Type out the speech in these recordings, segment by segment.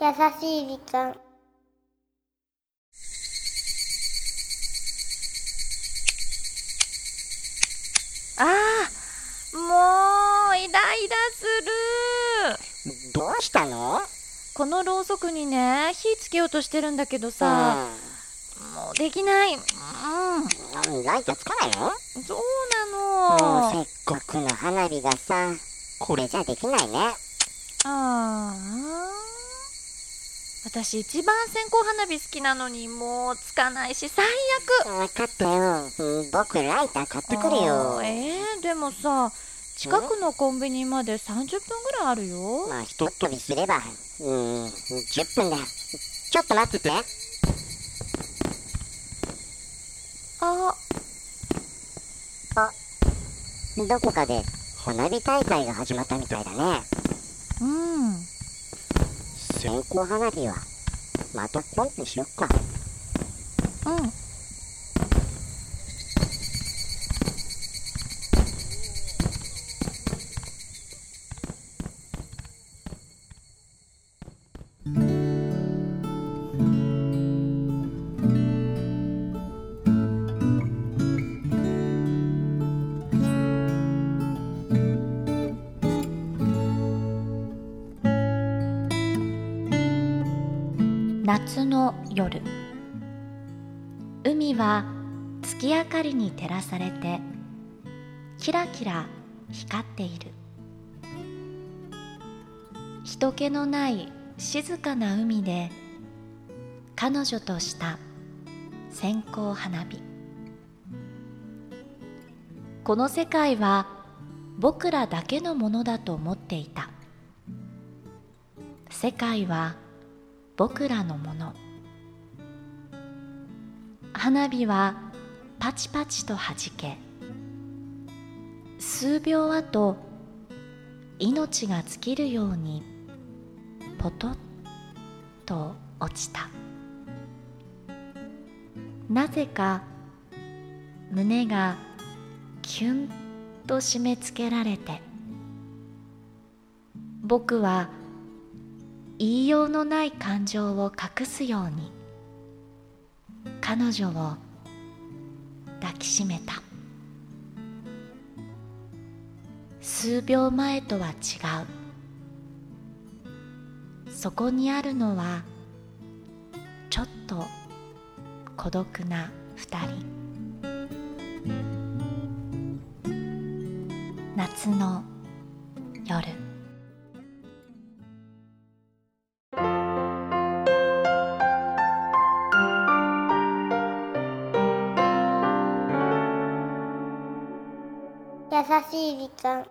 優しい時間。 もうイライラする。 どうしたの？ このろうそくにね、火つけようとしてるんだけどさ、もうできない。 ライトつかないの？ そうなの。 せっかくの花火がさ、これじゃできないね。 私一番線香花火好きなのにもうつかないし最悪。 分かったよ。僕ライター買ってくるよ。 でもさ、近くのコンビニまで30分ぐらいあるよ。 ひとっ飛びすれば10分だよ。ちょっと待ってて。どこかで花火大会が始まったみたいだね。線香花火はまたポンってしよっか。 夏の夜、海は月明かりに照らされてキラキラ光っている。人気のない静かな海で彼女とした線香花火。この世界は僕らだけのものだと思っていた。世界は僕らのもの。花火はパチパチと弾け、数秒後命が尽きるようにポトッと落ちた。なぜか胸がキュンと締め付けられて、僕は言いようのない感情を隠すように彼女を抱きしめた。数秒前とは違う。そこにあるのはちょっと孤独な二人。夏の夜。 優しい時間。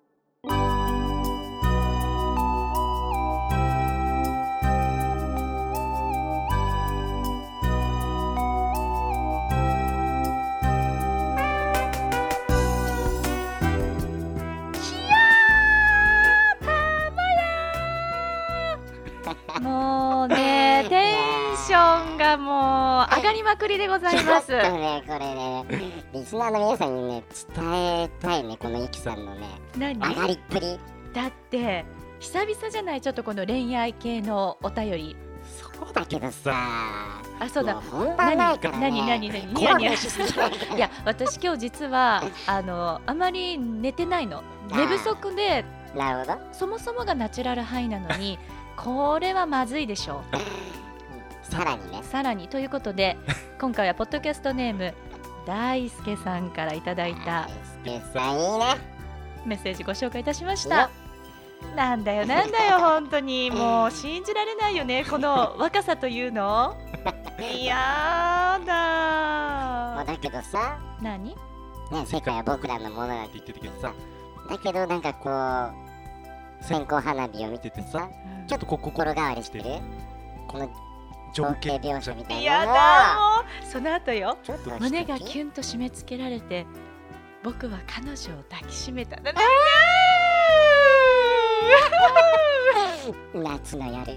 もうね、テンションがもう上がりまくりでございます。 ちょっとね、これね、リスナーの皆さんにね、伝えたいね、このゆきさんのね、上がりっぷり。 だって久々じゃない、ちょっとこの恋愛系のお便り。 そうだけどさ、 そうだ、 本番ないからね。 何いや、私今日実はあまり寝てないの。寝不足で、 なるほど。 そもそもがナチュラルハイなのにこれはまずいでしょ。 さらにね。 さらにということで今回はポッドキャストネーム大輔さんからいただいた大輔さん、いいね。 メッセージご紹介いたしました。なんだよ本当にもう信じられないよね、この若さというの。いやだ。 だけどさ、 何？ ね、世界は僕らのものなんて言ってるけどさ、だけどなんかこう線香花火を見ててさ、ちょっと心変わりしてるこの情景描写みたいなの。 やだ、もうその後よ、胸がキキュンと締め付けられて僕は彼女を抱きしめた。 夏の夜。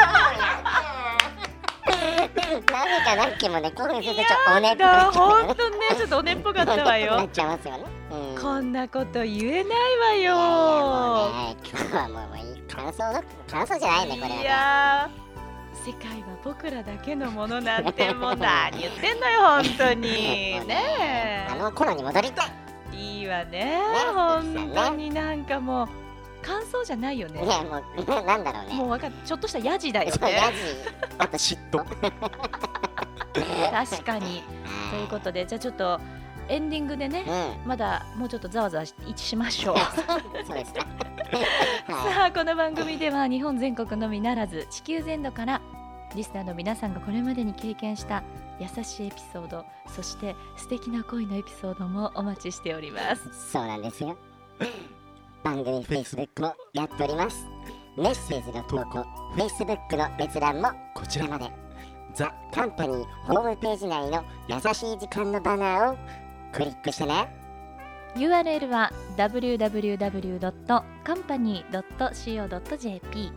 何かなっけもね、興奮するとちょっとおねっぽくなっちゃう。 ほんとね、ちょっとおねっぽかったわよ。 なっちゃいますよね。 こんなこと言えないわよ。 今日はもういい感想じゃないねこれはね。 いやー、世界は僕らだけのものなんてもう何言ってんのよ本当にねあの頃に戻りたい。 いいわね本当になんかもう感想じゃないよね。 ねもうなんだろうね。 もうわかっちょっとしたヤジだよそうヤね。 ジあと嫉妬。 確かに。ということでじゃあちょっとエンディングでね、まだもうちょっとざわざわしましょう。 そうですか。 さあこの番組では日本全国のみならず地球全土からリスナーの皆さんがこれまでに経験した優しいエピソード、そして素敵な恋のエピソードもお待ちしております。 そうなんですよ。番組 Facebook もやっております。メッセージの投稿 Facebook の閲覧もこちらまで。ザ・カンパニーホームページ内の優しい時間のバナーをクリックしてね。 URL は www.company.co.jp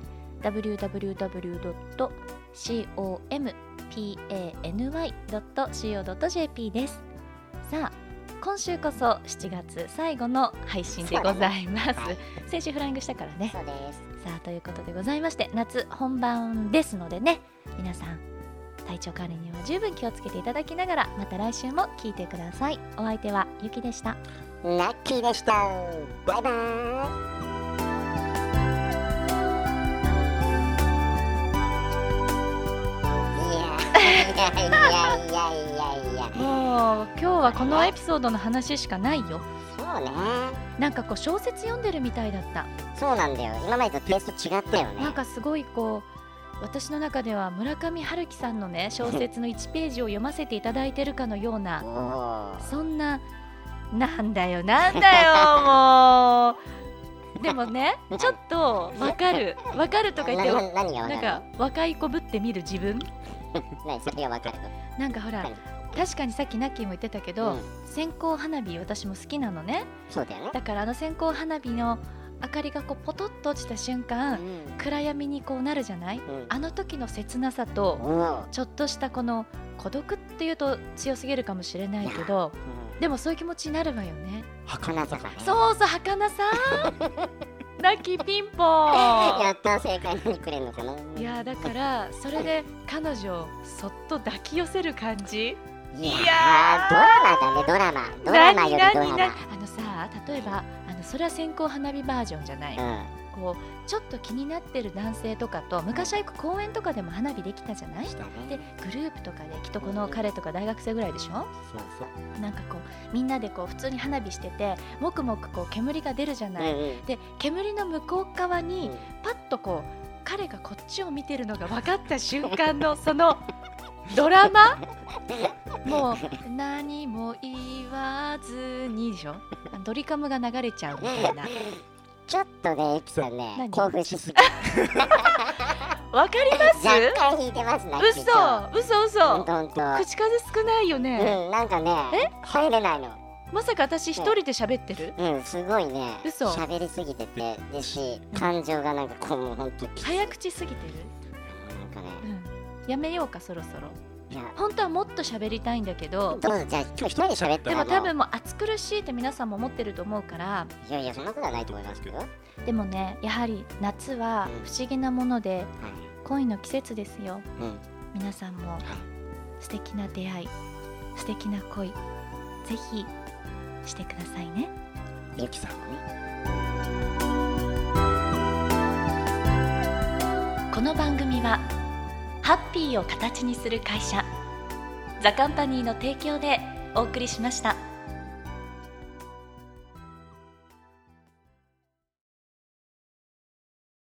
www.company.co.jp です。さあ今週こそ7月最後の配信でございます。 そうだねはい先週フライングしたからね。 そうです。 さあということでございまして、夏本番ですのでね、皆さん体調管理には十分気をつけていただきながら、また来週も聞いてください。お相手はゆきでした。 ラッキーでした。バイバーイ。いやもう今日はこのエピソードの話しかないよ。 そうね。 なんかこう小説読んでるみたいだった。 そうなんだよ。今までとテイスト違ったよね。 なんかすごいこう私の中では村上春樹さんのね小説の1ページを読ませていただいてるかのようなそんななんだよもうでもねちょっとわかるとか言って何がわかるの？ なんか若い子ぶって見る自分何それがわかるの？ なんかほら確かにさっきナッキーも言ってたけど、線香花火私も好きなのね。 そうだよね。 だから線香花火の明かりがこうポトッと落ちた瞬間、暗闇にこうなるじゃない、あの時の切なさとちょっとしたこの孤独っていうと強すぎるかもしれないけど、でもそういう気持ちになるわよね。 儚さがね。 そうそう儚さラッキーピンポンやった正解にくれるのかな。 いやだからそれで彼女をそっと抱き寄せる感じ。 いやドラマだね。ドラマよりドラマ。 さ例えばそれは線香花火バージョンじゃない、こうちょっと気になってる男性とかと昔はよく公園とかでも花火できたじゃない、でグループとかできっとこの彼とか大学生ぐらいでしょ、なんかこうみんなでこう普通に花火しててもくもくこう煙が出るじゃない、で煙の向こう側にパッとこう彼がこっちを見てるのが分かった瞬間のそのドラマもう何も言わずにでしょ、ドリカムが流れちゃうみたいなちょっとねエキさんね興奮しすぎわかります？ 若干引いてますね。 嘘口数少ないよね。 なんかね入れないの。 まさか私一人で喋ってる？ すごいね。 嘘。 喋りすぎててでし感情がなんかこうもう本当早口すぎてる？ なんかねやめようかそろそろ。本当はもっと喋りたいんだけど、 どうぞじゃあ今日一人で喋って。 でも多分もう暑苦しいって皆さんも思ってると思うから。 いやそんなことはないと思いますけど。 でもねやはり夏は不思議なもので、恋の季節ですよ、皆さんも素敵な出会い素敵な恋ぜひしてくださいね。 ゆきさんもね。 この番組はハッピーを形にする会社ザカンパニーの提供でお送りしました。